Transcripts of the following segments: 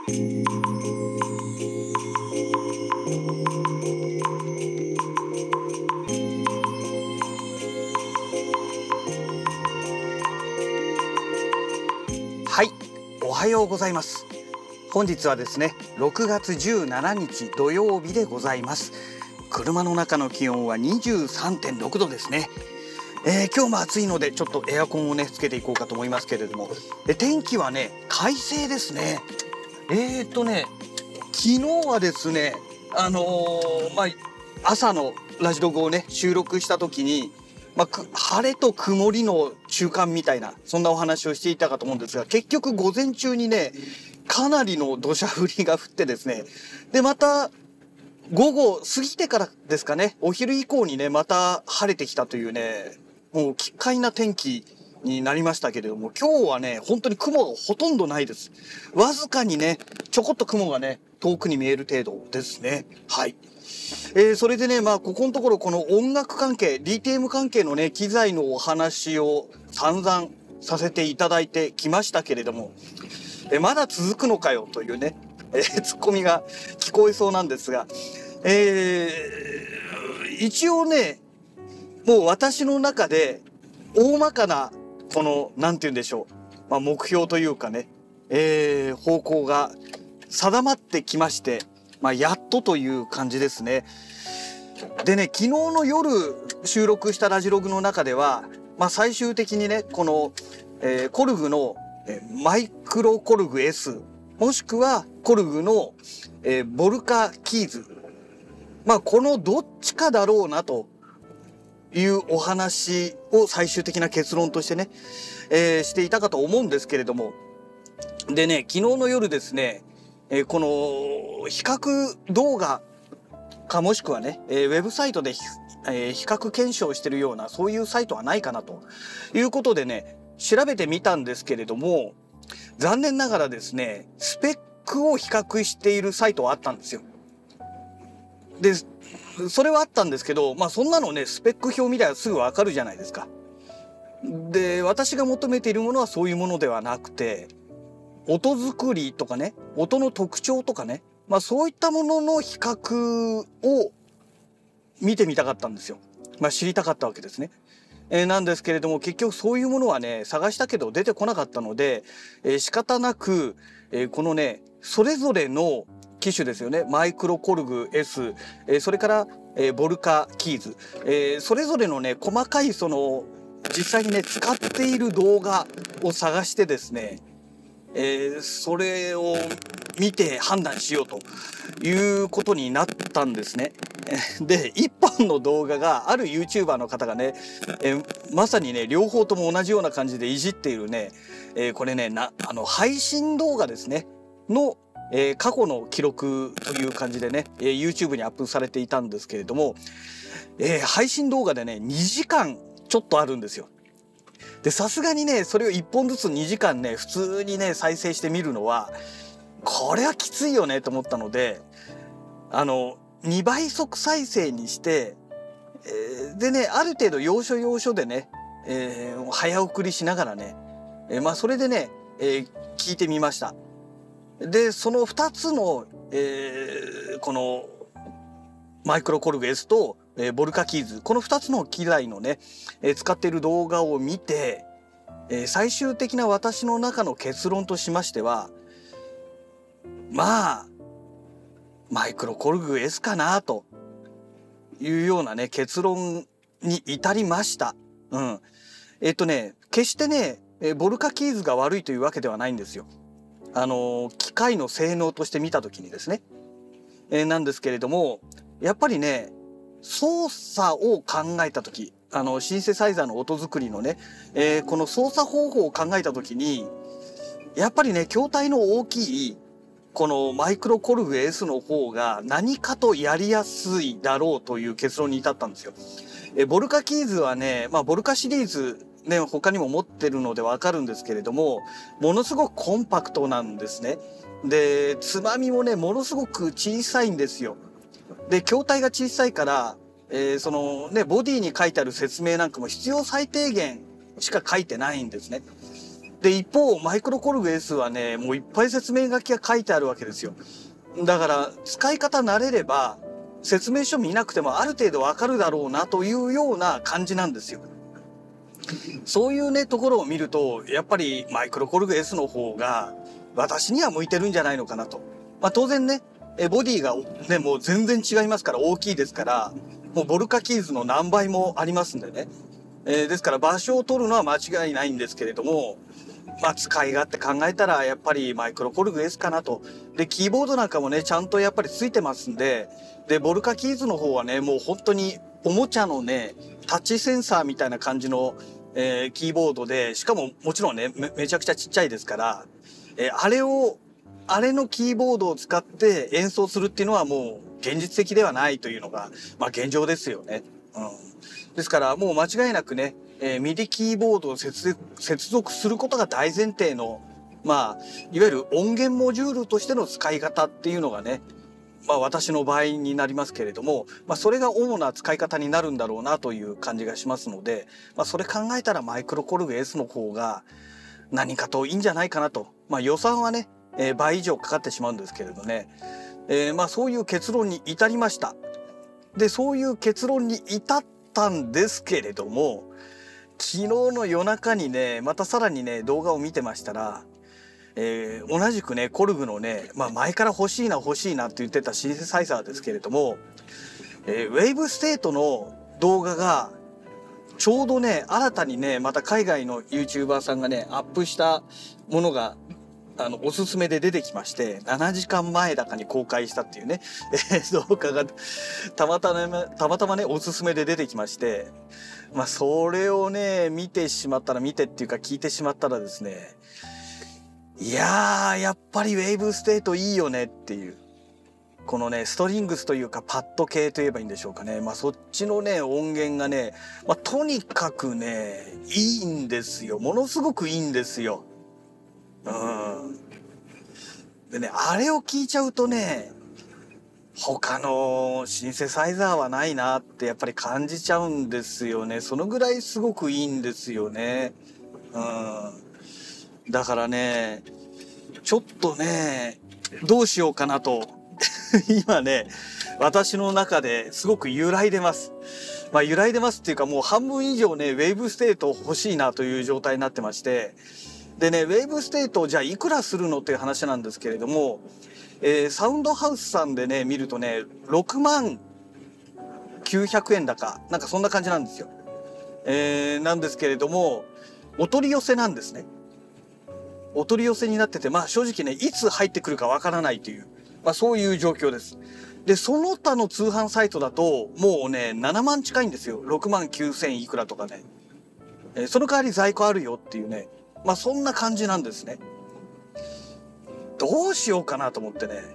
はい、おはようございます。本日はですね、6月17日土曜日でございます。車の中の気温は 23.6 度ですね。今日も暑いのでちょっとエアコンをねつけていこうかと思いますけれども、天気はね快晴ですね。昨日はですね、朝のラジログをね収録した時に、晴れと曇りの中間みたいなそんなお話をしていたかと思うんですが、結局午前中にねかなりの土砂降りが降ってですね、でまた午後過ぎてからですかね、お昼以降にねまた晴れてきたというね、もう奇怪な天気になりましたけれども、今日はね本当に雲がほとんどないです。わずかにねちょこっと雲がね遠くに見える程度ですね。はい。それでね、ここのところこの音楽関係 DTM 関係のね機材のお話を散々させていただいてきましたけれども、まだ続くのかよというね、ツッコミが聞こえそうなんですが、一応ねもう私の中で大まかなこのなんて言うんでしょう、目標というかね、方向が定まってきまして、やっとという感じですね。でね、昨日の夜収録したラジログの中では、最終的にねこの、コルグのマイクロコルグ S もしくはコルグの、ボルカキーズ、このどっちかだろうなというお話を最終的な結論としてね、していたかと思うんですけれども、でね昨日の夜ですね、この比較動画かもしくはね、ウェブサイトで比較検証してるようなそういうサイトはないかなということでね調べてみたんですけれども、残念ながらですねスペックを比較しているサイトはあったんですよ。でそれはあったんですけど、そんなのねスペック表見たらすぐわかるじゃないですか。で私が求めているものはそういうものではなくて、音作りとかね音の特徴とかね、そういったものの比較を見てみたかったんですよ。知りたかったわけですね。なんですけれども結局そういうものはね探したけど出てこなかったので、仕方なく、このねそれぞれの機種ですよね、マイクロコルグ S、それから、ボルカキーズ、それぞれのね細かいその実際にね使っている動画を探してですね、それを見て判断しようということになったんですね。で一本の動画がある YouTuber の方がね、まさにね両方とも同じような感じでいじっているね、これね配信動画ですねの、過去の記録という感じでね、YouTube にアップされていたんですけれども、配信動画でね2時間ちょっとあるんですよ。でさすがにねそれを1本ずつ2時間ね普通にね再生してみるのはこれはきついよねと思ったので、2倍速再生にして、でねある程度要所要所でね、早送りしながらね、それでね、聞いてみました。でその2つの、このマイクロコルグ S と、ボルカキーズ、この2つの機材のね、使っている動画を見て、最終的な私の中の結論としましてはマイクロコルグ S かなというようなね結論に至りました。決してねボルカキーズが悪いというわけではないんですよ。機械の性能として見た時にですね、なんですけれどもやっぱりね操作を考えた時、シンセサイザーの音作りのね、この操作方法を考えた時にやっぱりね筐体の大きいこのマイクロコルグ S の方が何かとやりやすいだろうという結論に至ったんですよ。ボルカキーズはね、ボルカシリーズね他にも持ってるのでわかるんですけれども、ものすごくコンパクトなんですね。でつまみもねものすごく小さいんですよ。で筐体が小さいから、そのねボディに書いてある説明なんかも必要最低限しか書いてないんですね。 で、一方、マイクロコルグ S はね、もういっぱい説明書きが書いてあるわけですよ。だから、使い方慣れれば、説明書見なくてもある程度わかるだろうなというような感じなんですよ。そういうね、ところを見ると、やっぱりマイクロコルグ S の方が私には向いてるんじゃないのかなと。当然ね、ボディがね、もう全然違いますから、大きいですから、もうボルカキーズの何倍もありますんでね。ですから場所を取るのは間違いないんですけれども、使い勝手考えたらやっぱりマイクロコルグ S かなと。で、キーボードなんかもね、ちゃんとやっぱりついてますんで、で、ボルカキーズの方はね、もう本当におもちゃのね、タッチセンサーみたいな感じの、キーボードで、しかももちろんね、めちゃくちゃちっちゃいですから、あれのキーボードを使って演奏するっていうのはもう現実的ではないというのが、現状ですよね。ですからもう間違いなくね、ミディキーボードを接続することが大前提の、いわゆる音源モジュールとしての使い方っていうのがね、私の場合になりますけれども、それが主な使い方になるんだろうなという感じがしますので、それ考えたらマイクロコルグ S の方が何かといいんじゃないかなと。予算はね、倍以上かかってしまうんですけれどね。そういう結論に至りました。で、そういう結論に至ったんですけれども、昨日の夜中にね、またさらにね、動画を見てましたら、同じくね、コルグのね、前から欲しいなって言ってたシンセサイザーですけれども、ウェイブステートの動画が、ちょうどね、新たにね、また海外の YouTuber さんがね、アップしたものが、おすすめで出てきまして、7時間前だかに公開したっていうね、動画がたまたまね、おすすめで出てきまして、それをね、見てっていうか聞いてしまったらですね、いやー、やっぱりウェイブステートいいよねっていう。このね、ストリングスというかパッド系といえばいいんでしょうかね。そっちのね、音源がね、とにかくね、いいんですよ。ものすごくいいんですよ。でね、あれを聞いちゃうとね、他のシンセサイザーはないなってやっぱり感じちゃうんですよね。そのぐらいすごくいいんですよね。だからね、ちょっとね、どうしようかなと、今ね、私の中ですごく揺らいでます。揺らいでますっていうかもう半分以上ね、ウェーブステート欲しいなという状態になってまして、でね、ウェーブステートじゃあいくらするのっていう話なんですけれども、サウンドハウスさんでね、見るとね、6万900円だか、なんかそんな感じなんですよ。なんですけれども、お取り寄せなんですね。お取り寄せになってて、正直ね、いつ入ってくるかわからないという、そういう状況です。で、その他の通販サイトだと、もうね、7万近いんですよ。6万9000いくらとかね。その代わり在庫あるよっていうね。そんな感じなんですね。どうしようかなと思ってね。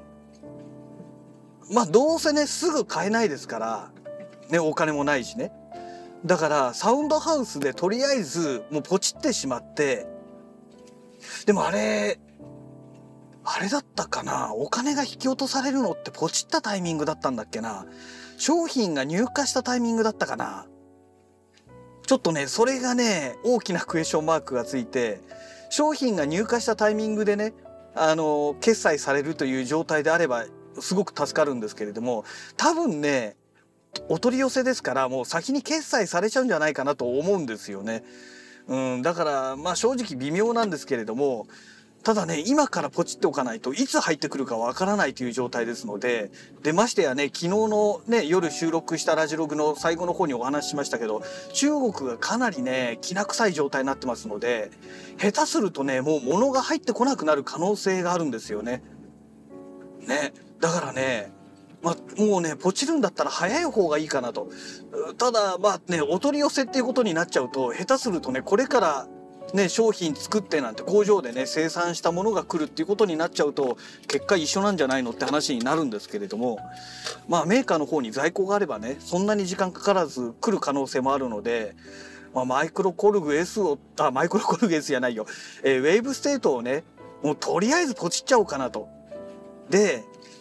どうせね、すぐ買えないですから、ね、お金もないしね。だから、サウンドハウスでとりあえず、もうポチってしまって、でもあれだったかな、お金が引き落とされるのってポチったタイミングだったんだっけな。商品が入荷したタイミングだったかな。ちょっとね、それがね、大きなクエスチョンマークがついて、商品が入荷したタイミングでね、決済されるという状態であれば、すごく助かるんですけれども、多分ね、お取り寄せですから、もう先に決済されちゃうんじゃないかなと思うんですよね。だから、正直微妙なんですけれども、ただね、今からポチっておかないといつ入ってくるかわからないという状態ですので、で、ましてやね、昨日のね、夜収録したラジログの最後の方にお話ししましたけど、中国がかなりね、きな臭い状態になってますので、下手するとね、もう物が入ってこなくなる可能性があるんですよね。ね。だからね、もうね、ポチるんだったら早い方がいいかなと。ただ、お取り寄せっていうことになっちゃうと、下手するとね、これからね、商品作ってなんて工場でね、生産したものが来るっていうことになっちゃうと、結果一緒なんじゃないのって話になるんですけれども、メーカーの方に在庫があればね、そんなに時間かからず来る可能性もあるので、マイクロコルグ S じゃないよ。ウェーブステートをね、もうとりあえずポチっちゃおうかなと。で、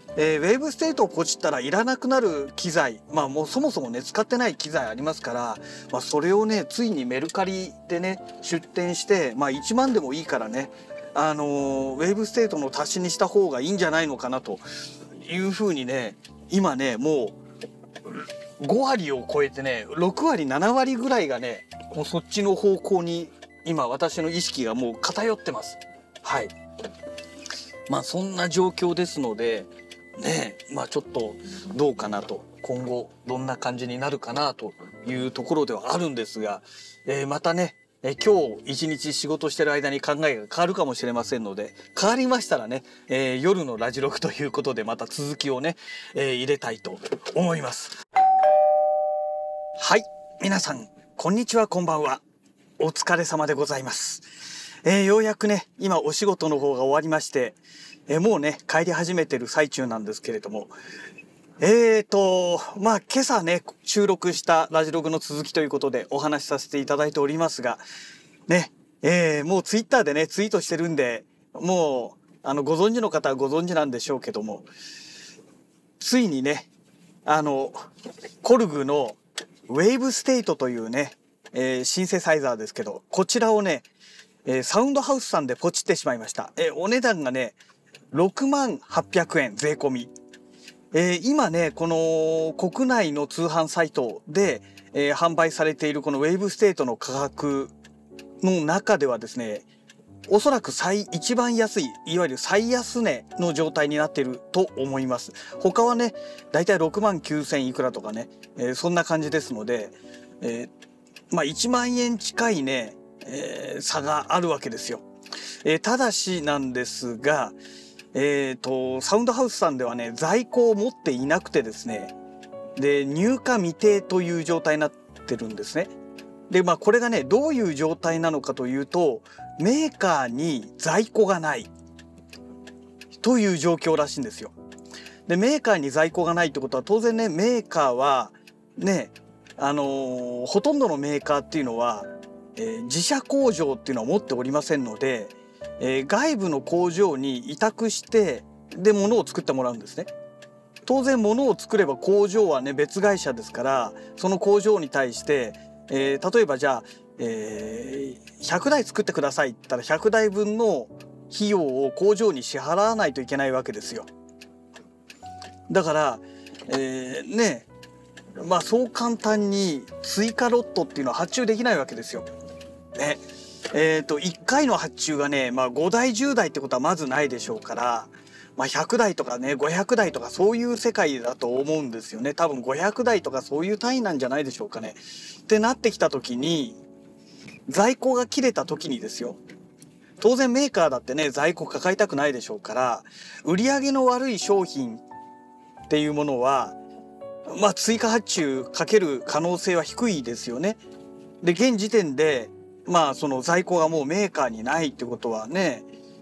ウェーブステートをポチったらいらなくなる機材、もうそもそもね使ってない機材ありますから、それをねついにメルカリでね出店して、1万でもいいからねウェーブステートの足しにした方がいいんじゃないのかなというふうにね、今ねもう5割を超えてね6割7割ぐらいがねもうそっちの方向に今私の意識がもう偏ってます。はい。そんな状況ですのでね、ちょっとどうかなと、今後どんな感じになるかなというところではあるんですが、またね、今日一日仕事してる間に考えが変わるかもしれませんので、変わりましたらね、夜のラジログということでまた続きをね、入れたいと思います。はい、皆さんこんにちは、こんばんは。お疲れ様でございます。ようやくね今お仕事の方が終わりまして、もうね帰り始めてる最中なんですけれども、今朝ね収録したラジログの続きということでお話しさせていただいておりますがね、もうツイッターでねツイートしてるんで、もうご存知の方はご存知なんでしょうけども、ついにねコルグのウェーブステートというね、シンセサイザーですけど、こちらをねサウンドハウスさんでポチってしまいました。お値段がね68,000円税込み。今ねこの国内の通販サイトで、販売されているこのウェーブステートの価格の中ではですね、おそらく一番安い、いわゆる最安値の状態になっていると思います。他はねだいたい69,000いくらとかね、そんな感じですので、1万円近いね差があるわけですよ。ただしなんですが、サウンドハウスさんではね在庫を持っていなくてですね、で入荷未定という状態になってるんですね。でこれがねどういう状態なのかというと、メーカーに在庫がないという状況らしいんですよ。でメーカーに在庫がないってことは当然ね、メーカーはねほとんどのメーカーっていうのは自社工場っていうのは持っておりませんので、外部の工場に委託してで物を作ってもらうんですね。当然物を作れば工場はね別会社ですから、その工場に対して、例えばじゃあ、100台作ってくださいって言ったら100台分の費用を工場に支払わないといけないわけですよ。だから、そう簡単に追加ロットっていうのは発注できないわけですよ。ね、1回の発注がね、5台10台ってことはまずないでしょうから、100台とかね500台とかそういう世界だと思うんですよね。多分500台とかそういう単位なんじゃないでしょうかね。ってなってきた時に、在庫が切れた時にですよ、当然メーカーだってね在庫抱えたくないでしょうから、売り上げの悪い商品っていうものは追加発注かける可能性は低いですよね。で現時点でその在庫がもうメーカーにないってことはね、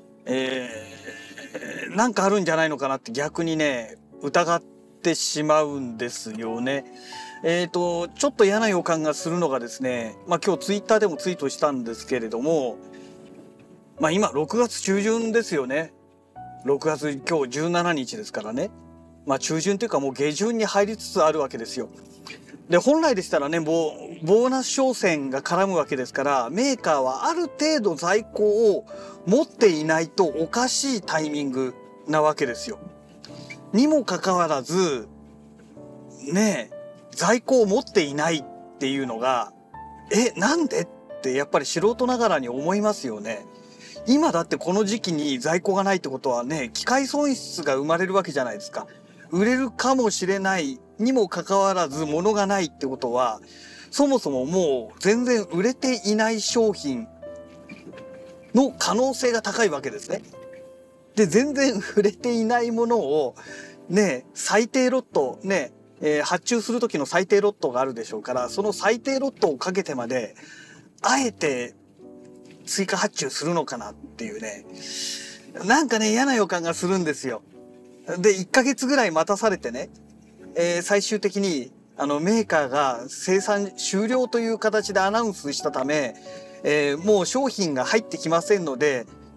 なんかあるんじゃないのかなって逆にね疑ってしまうんですよね。ちょっと嫌な予感がするのがですね、今日ツイッターでもツイートしたんですけれども、今6月中旬ですよね。6月今日17日ですからね、中旬というかもう下旬に入りつつあるわけですよ。で本来でしたらねボーナス商戦が絡むわけですから、メーカーはある程度在庫を持っていないとおかしいタイミングなわけですよ。にもかかわらずね在庫を持っていないっていうのがなんでってやっぱり素人ながらに思いますよね。今だってこの時期に在庫がないってことはね、機械損失が生まれるわけじゃないですか。売れるかもしれないにもかかわらず物がないってことは、そもそももう全然売れていない商品の可能性が高いわけですね。で全然売れていないものをね最低ロットね、発注する時の最低ロットがあるでしょうから、その最低ロットをかけてまであえて追加発注するのかなっていうね、なんかね嫌な予感がするんですよ。で1ヶ月ぐらい待たされてね、最終的にメーカーが生産終了という形でアナウンスしたため、もう商品が入ってきませんので、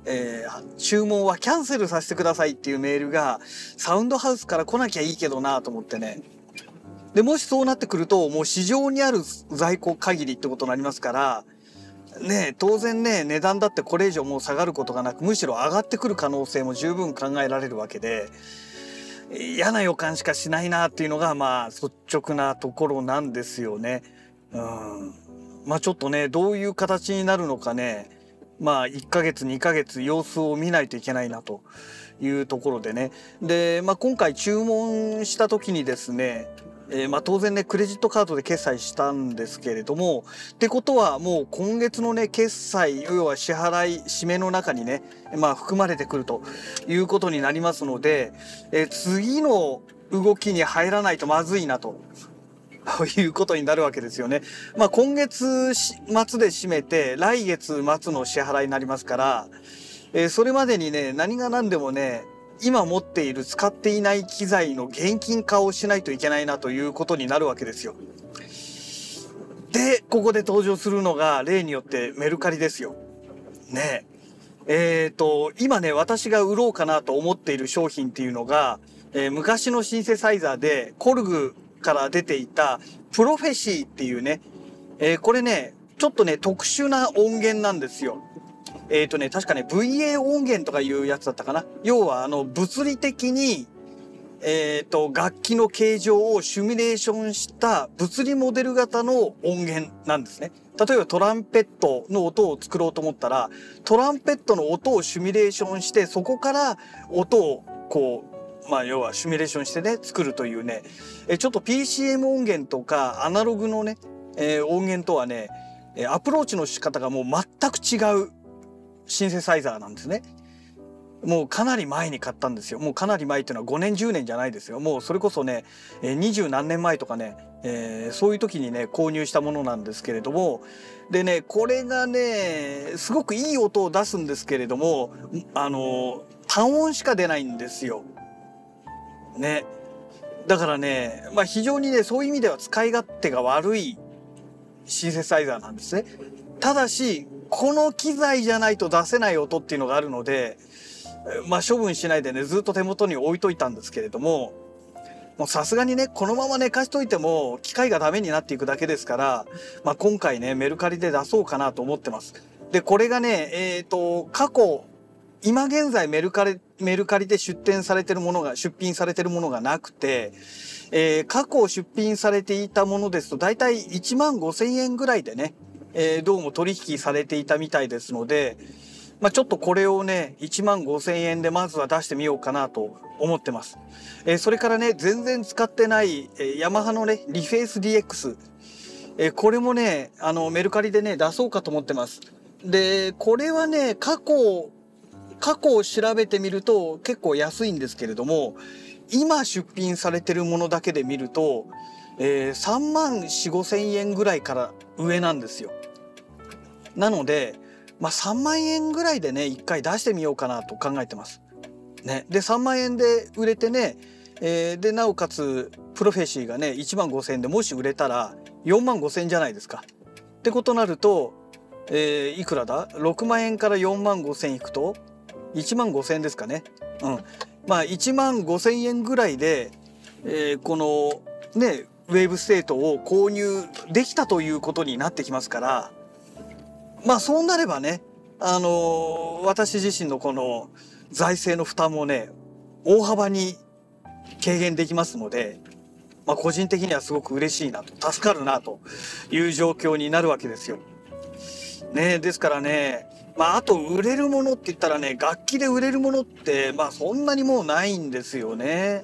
注文はキャンセルさせてくださいっていうメールがサウンドハウスから来なきゃいいけどなと思ってね。でもしそうなってくるともう市場にある在庫限りってことになりますからね、当然ね値段だってこれ以上もう下がることがなくむしろ上がってくる可能性も十分考えられるわけで、嫌な予感しかしないなっていうのがまあ率直なところなんですよね。まあちょっとねどういう形になるのかね、まあ1ヶ月2ヶ月様子を見ないといけないなというところでね。で、まあ、今回注文した時にですね、まあ当然ねクレジットカードで決済したんですけれども、ってことはもう今月のね決済要は支払い締めの中にね、まあ、含まれてくるということになりますので、次の動きに入らないとまずいなということになるわけですよね。まあ今月末で締めて来月末の支払いになりますから、それまでにね何が何でもね今持っている使っていない機材の現金化をしないといけないなということになるわけですよ。でここで登場するのが例によってメルカリですよ。ね今ね私が売ろうかなと思っている商品っていうのが、昔のシンセサイザーでコルグから出ていたプロフェシーっていうね、これねちょっとね特殊な音源なんですよ。確かね VA 音源とかいうやつだったかな。要は物理的に楽器の形状をシミュレーションした物理モデル型の音源なんですね。例えばトランペットの音を作ろうと思ったらトランペットの音をシミュレーションしてそこから音をこうまあ要はシミュレーションしてね作るというね、ちょっと PCM 音源とかアナログのね、音源とはねアプローチの仕方がもう全く違うシンセサイザーなんですね。もうかなり前に買ったんですよ。もうかなり前っていうのは5年10年じゃないですよ。もうそれこそね20何年前とかね、そういう時にね購入したものなんですけれども、でねこれがねすごくいい音を出すんですけれども単音しか出ないんですよ。ね。だからね、まあ、非常にねそういう意味では使い勝手が悪いシンセサイザーなんですね。ただしこの機材じゃないと出せない音っていうのがあるので、まあ処分しないでねずっと手元に置いといたんですけれども、もうさすがにねこのまま寝かしといても機械がダメになっていくだけですから、まあ、今回ねメルカリで出そうかなと思ってます。でこれがね過去今現在メルカリで出品されてるものがなくて、過去出品されていたものですとだいたい1万5,000円ぐらいでね、どうも取引されていたみたいですので、まあ、ちょっとこれをね1万5,000円でまずは出してみようかなと思ってます。それからね全然使ってないヤマハのねリフェイス DX、これもねメルカリでね出そうかと思ってます。でこれはね過去を調べてみると結構安いんですけれども、今出品されてるものだけで見ると、3万4、5,000円ぐらいから上なんですよ。なので、まあ、3万円ぐらいでね一回出してみようかなと考えてます。ね、で3万円で売れてね、でなおかつプロフェシーがね1万5,000円でもし売れたら4万5,000円じゃないですか。ってことになると、いくらだ6万円から4万5,000円いくと1万5,000円ですかね。まあ1万5,000円ぐらいで、このねウェーブステートを購入できたということになってきますから、まあそうなればね私自身のこの財政の負担もね大幅に軽減できますので、まあ、個人的にはすごく嬉しいなと助かるなという状況になるわけですよ。ね、ですからね、まあ、あと売れるものって言ったらね楽器で売れるものってまあそんなにもうないんですよね。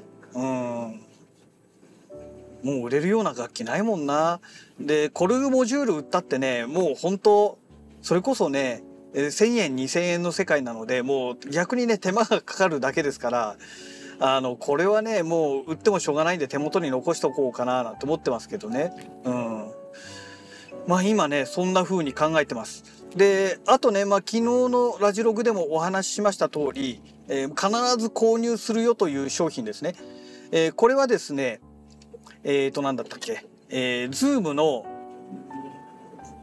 もう売れるような楽器ないもんな。でコルグモジュール売ったってねもう本当それこそね1,000円2,000円の世界なのでもう逆にね手間がかかるだけですから、これはねもう売ってもしょうがないんで手元に残しとこうかななんて思ってますけどね。まあ今ねそんな風に考えてます。であとね、まあ、昨日のラジログでもお話ししました通り、必ず購入するよという商品ですね。これはですね何だったっけ、ズームの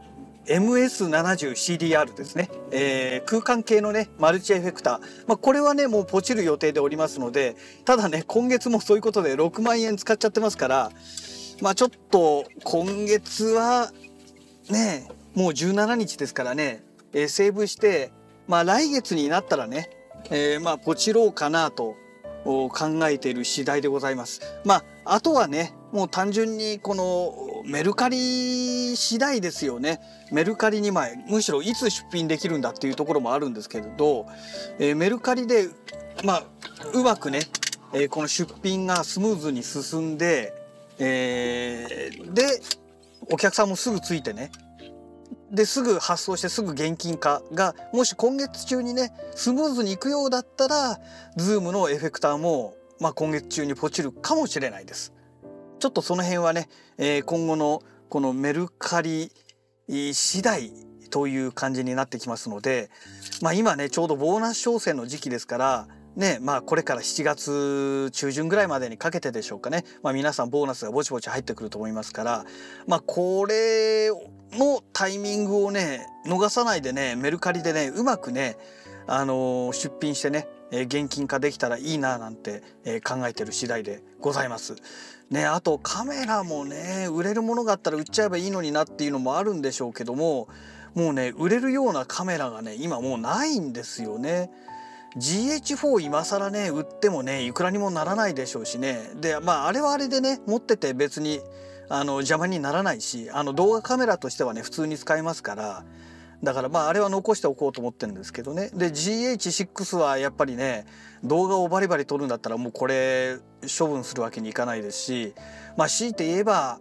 MS70CDR ですね、空間系のねマルチエフェクター、これはねもうポチる予定でおりますので、ただね今月もそういうことで6万円使っちゃってますから、ちょっと今月はねもう17日ですからね、セーブして、来月になったらね、ポチろうかなと考えている次第でございます。あとはねもう単純にこのメルカリ次第ですよね。メルカリにむしろいつ出品できるんだっていうところもあるんですけれど、メルカリでうまくね、この出品がスムーズに進んで、でお客さんもすぐついてね、ですぐ発送してすぐ現金化がもし今月中にねスムーズにいくようだったら、ズームのエフェクターも今月中にポチるかもしれないです。ちょっとその辺はね、今後のこのメルカリ次第という感じになってきますので、今ねちょうどボーナス商戦の時期ですからね、これから7月中旬ぐらいまでにかけてでしょうかね、皆さんボーナスがぼちぼち入ってくると思いますから、これのタイミングをね逃さないでね、メルカリでねうまくね、出品してね現金化できたらいいななんて考えてる次第でございますね。あとカメラもね売れるものがあったら売っちゃえばいいのになっていうのもあるんでしょうけども、もうね売れるようなカメラがね今もうないんですよね。GH4 今更ね売ってもねいくらにもならないでしょうしね。であれはあれでね持ってて別に邪魔にならないし、動画カメラとしてはね普通に使えますから、だからあれは残しておこうと思ってるんですけどね。で GH6 はやっぱりね動画をバリバリ撮るんだったらもうこれ処分するわけにいかないですし、強いて言えば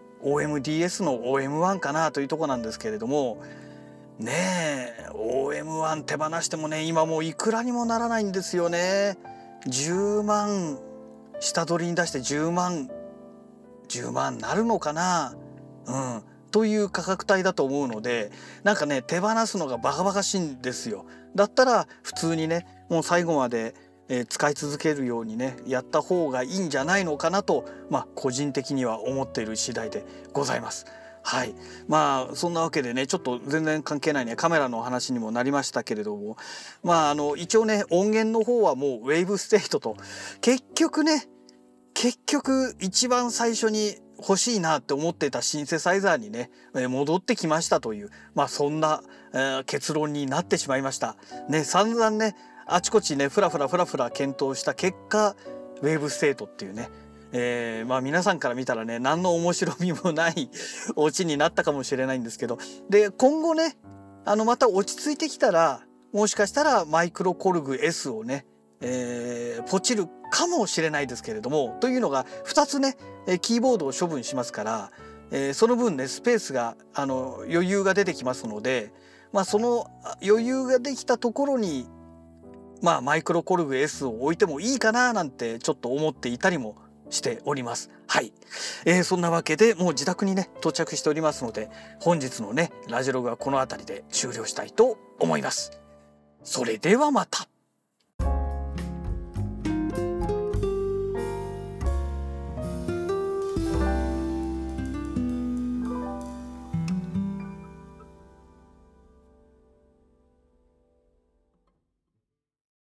OMDS の OM1 かなというところなんですけれどもね、OM1 手放してもね今もういくらにもならないんですよね。10万下取りに出して10万なるのかな、という価格帯だと思うので、なんかね手放すのがバカバカしいんですよ。だったら普通にねもう最後まで使い続けるようにねやった方がいいんじゃないのかなと、個人的には思っている次第でございます。はい、そんなわけでねちょっと全然関係ないねカメラのお話にもなりましたけれども、一応ね音源の方はもうウェーブステートと結局一番最初に欲しいなって思っていたシンセサイザーにね戻ってきましたという、そんな、結論になってしまいましたね。散々ねあちこちねフラフラ検討した結果ウェーブステートっていうね、皆さんから見たらね何の面白みもないオチになったかもしれないんですけど、で今後ねまた落ち着いてきたらもしかしたらマイクロコルグ S をねポチるかもしれないですけれども、というのが2つねキーボードを処分しますから、その分ねスペースが余裕が出てきますので、その余裕ができたところにマイクロコルグ S を置いてもいいかななんてちょっと思っていたりもしております。はい、そんなわけでもう自宅にね到着しておりますので、本日のねラジログはこの辺りで終了したいと思います。それではまた。